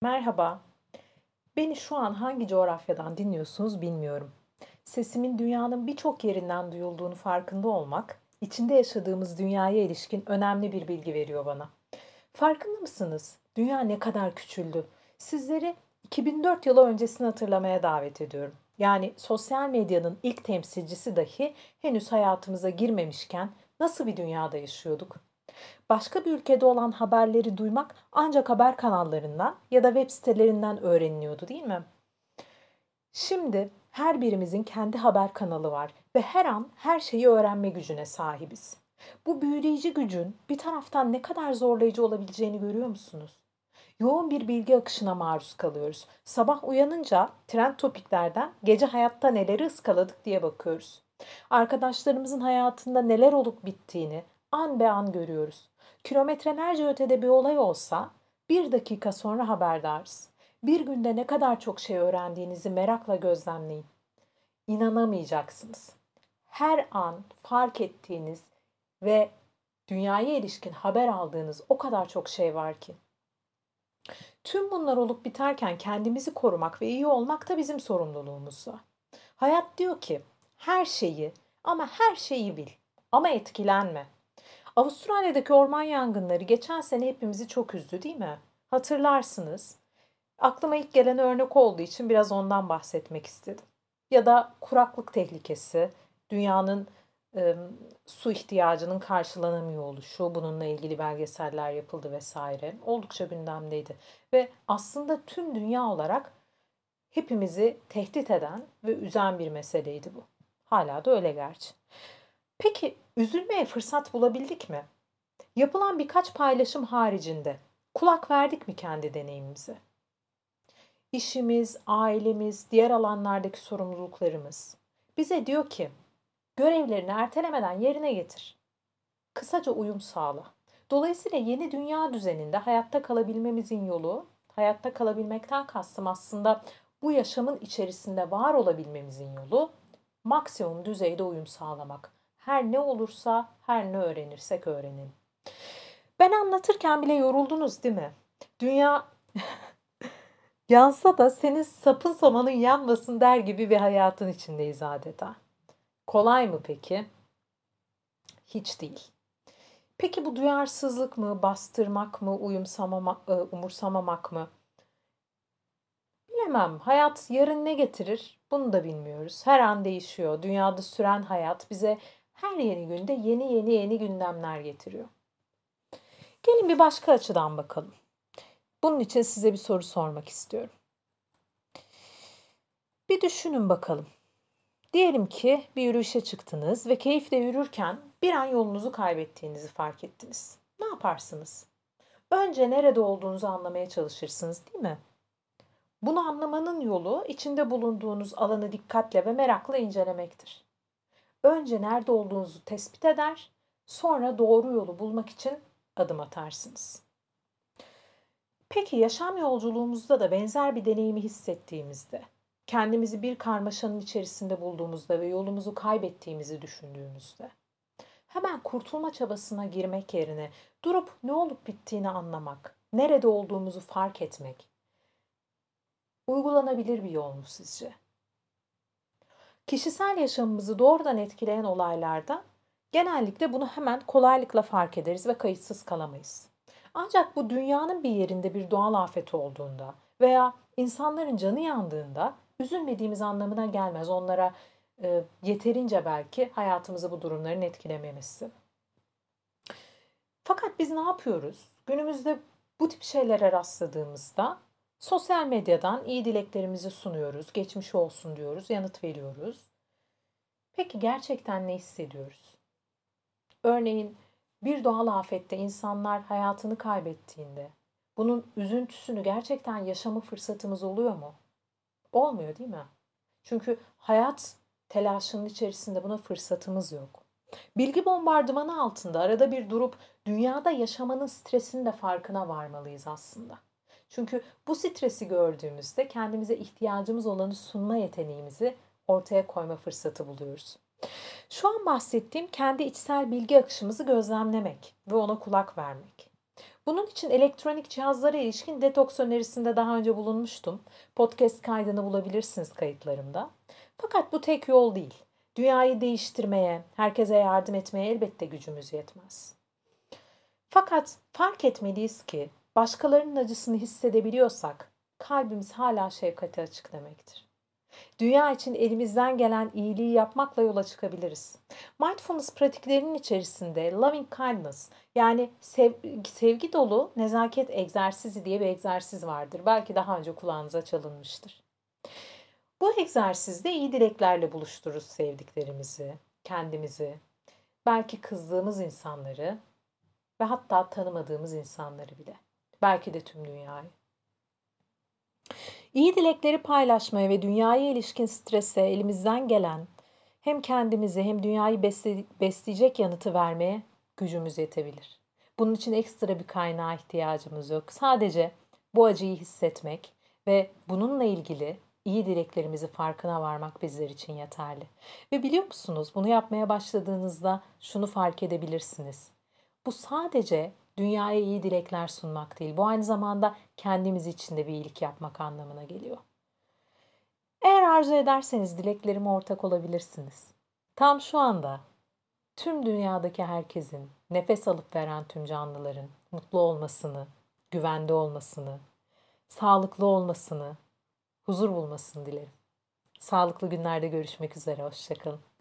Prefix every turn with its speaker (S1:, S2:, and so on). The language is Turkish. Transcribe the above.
S1: Merhaba. Beni şu an hangi coğrafyadan dinliyorsunuz bilmiyorum. Sesimin dünyanın birçok yerinden duyulduğunu farkında olmak, içinde yaşadığımız dünyaya ilişkin önemli bir bilgi veriyor bana. Farkında mısınız? Dünya ne kadar küçüldü. Sizleri 2004 yılı öncesini hatırlamaya davet ediyorum. Yani sosyal medyanın ilk temsilcisi dahi henüz hayatımıza girmemişken nasıl bir dünyada yaşıyorduk? Başka bir ülkede olan haberleri duymak ancak haber kanallarından ya da web sitelerinden öğreniliyordu, değil mi? Şimdi her birimizin kendi haber kanalı var ve her an her şeyi öğrenme gücüne sahibiz. Bu büyüleyici gücün bir taraftan ne kadar zorlayıcı olabileceğini görüyor musunuz? Yoğun bir bilgi akışına maruz kalıyoruz. Sabah uyanınca trend topiklerden gece hayatta neleri ıskaladık diye bakıyoruz. Arkadaşlarımızın hayatında neler olup bittiğini an be an görüyoruz. Kilometrelerce ötede bir olay olsa bir dakika sonra haberdarız. Bir günde ne kadar çok şey öğrendiğinizi merakla gözlemleyin. İnanamayacaksınız. Her an fark ettiğiniz ve dünyaya ilişkin haber aldığınız o kadar çok şey var ki. Tüm bunlar olup biterken kendimizi korumak ve iyi olmak da bizim sorumluluğumuzda. Hayat diyor ki her şeyi ama her şeyi bil ama etkilenme. Avustralya'daki orman yangınları geçen sene hepimizi çok üzdü, değil mi? Hatırlarsınız. Aklıma ilk gelen örnek olduğu için biraz ondan bahsetmek istedim. Ya da kuraklık tehlikesi, dünyanın e, su ihtiyacının karşılanamıyor oluşu, bununla ilgili belgeseller yapıldı vesaire. Oldukça gündemdeydi. Ve aslında tüm dünya olarak hepimizi tehdit eden ve üzen bir meseleydi bu. Hala da öyle gerçi. Peki üzülmeye fırsat bulabildik mi? Yapılan birkaç paylaşım haricinde kulak verdik mi kendi deneyimimize? İşimiz, ailemiz, diğer alanlardaki sorumluluklarımız bize diyor ki görevlerini ertelemeden yerine getir. Kısaca uyum sağla. Dolayısıyla yeni dünya düzeninde hayatta kalabilmemizin yolu, hayatta kalabilmekten kastım aslında bu yaşamın içerisinde var olabilmemizin yolu maksimum düzeyde uyum sağlamak. Her ne olursa, her ne öğrenirsek öğrenelim. Ben anlatırken bile yoruldunuz değil mi? Dünya yansa da senin sapın samanın yanmasın der gibi bir hayatın içindeyiz adeta. Kolay mı peki? Hiç değil. Peki bu duyarsızlık mı, bastırmak mı, umursamamak mı? Bilemem. Hayat yarın ne getirir? Bunu da bilmiyoruz. Her an değişiyor. Dünyada süren hayat bize her yeni günde yeni gündemler getiriyor. Gelin bir başka açıdan bakalım. Bunun için size bir soru sormak istiyorum. Bir düşünün bakalım. Diyelim ki bir yürüyüşe çıktınız ve keyifle yürürken bir an yolunuzu kaybettiğinizi fark ettiniz. Ne yaparsınız? Önce nerede olduğunuzu anlamaya çalışırsınız, değil mi? Bunu anlamanın yolu içinde bulunduğunuz alanı dikkatle ve merakla incelemektir. Önce nerede olduğunuzu tespit eder, sonra doğru yolu bulmak için adım atarsınız. Peki yaşam yolculuğumuzda da benzer bir deneyimi hissettiğimizde, kendimizi bir karmaşanın içerisinde bulduğumuzda ve yolumuzu kaybettiğimizi düşündüğümüzde, hemen kurtulma çabasına girmek yerine durup ne olup bittiğini anlamak, nerede olduğumuzu fark etmek, uygulanabilir bir yol mu sizce? Kişisel yaşamımızı doğrudan etkileyen olaylarda genellikle bunu hemen kolaylıkla fark ederiz ve kayıtsız kalamayız. Ancak bu dünyanın bir yerinde bir doğal afet olduğunda veya insanların canı yandığında üzülmediğimiz anlamına gelmez. Onlara yeterince belki hayatımızı bu durumların etkilememesi. Fakat biz ne yapıyoruz? Günümüzde bu tip şeylere rastladığımızda sosyal medyadan iyi dileklerimizi sunuyoruz, geçmiş olsun diyoruz, yanıt veriyoruz. Peki gerçekten ne hissediyoruz? Örneğin bir doğal afette insanlar hayatını kaybettiğinde bunun üzüntüsünü gerçekten yaşama fırsatımız oluyor mu? Olmuyor, değil mi? Çünkü hayat telaşının içerisinde buna fırsatımız yok. Bilgi bombardımanı altında arada bir durup dünyada yaşamanın stresinin de farkına varmalıyız aslında. Çünkü bu stresi gördüğümüzde kendimize ihtiyacımız olanı sunma yeteneğimizi ortaya koyma fırsatı buluyoruz. Şu an bahsettiğim kendi içsel bilgi akışımızı gözlemlemek ve ona kulak vermek. Bunun için elektronik cihazlara ilişkin detoks önerisinde daha önce bulunmuştum. Podcast kaydını bulabilirsiniz kayıtlarımda. Fakat bu tek yol değil. Dünyayı değiştirmeye, herkese yardım etmeye elbette gücümüz yetmez. Fakat fark etmeliyiz ki başkalarının acısını hissedebiliyorsak kalbimiz hala şefkate açık demektir. Dünya için elimizden gelen iyiliği yapmakla yola çıkabiliriz. Mindfulness pratiklerinin içerisinde loving kindness yani sevgi dolu nezaket egzersizi diye bir egzersiz vardır. Belki daha önce kulağınıza çalınmıştır. Bu egzersizde iyi dileklerle buluştururuz sevdiklerimizi, kendimizi, belki kızdığımız insanları ve hatta tanımadığımız insanları bile. Belki de tüm dünyayı. İyi dilekleri paylaşmaya ve dünyaya ilişkin strese elimizden gelen hem kendimizi hem dünyayı besleyecek yanıtı vermeye gücümüz yetebilir. Bunun için ekstra bir kaynağa ihtiyacımız yok. Sadece bu acıyı hissetmek ve bununla ilgili iyi dileklerimizi farkına varmak bizler için yeterli. Ve biliyor musunuz, bunu yapmaya başladığınızda şunu fark edebilirsiniz. Bu sadece dünyaya iyi dilekler sunmak değil. Bu aynı zamanda kendimiz için de bir iyilik yapmak anlamına geliyor. Eğer arzu ederseniz dileklerime ortak olabilirsiniz. Tam şu anda tüm dünyadaki herkesin, nefes alıp veren tüm canlıların mutlu olmasını, güvende olmasını, sağlıklı olmasını, huzur bulmasını dilerim. Sağlıklı günlerde görüşmek üzere. Hoşça kalın.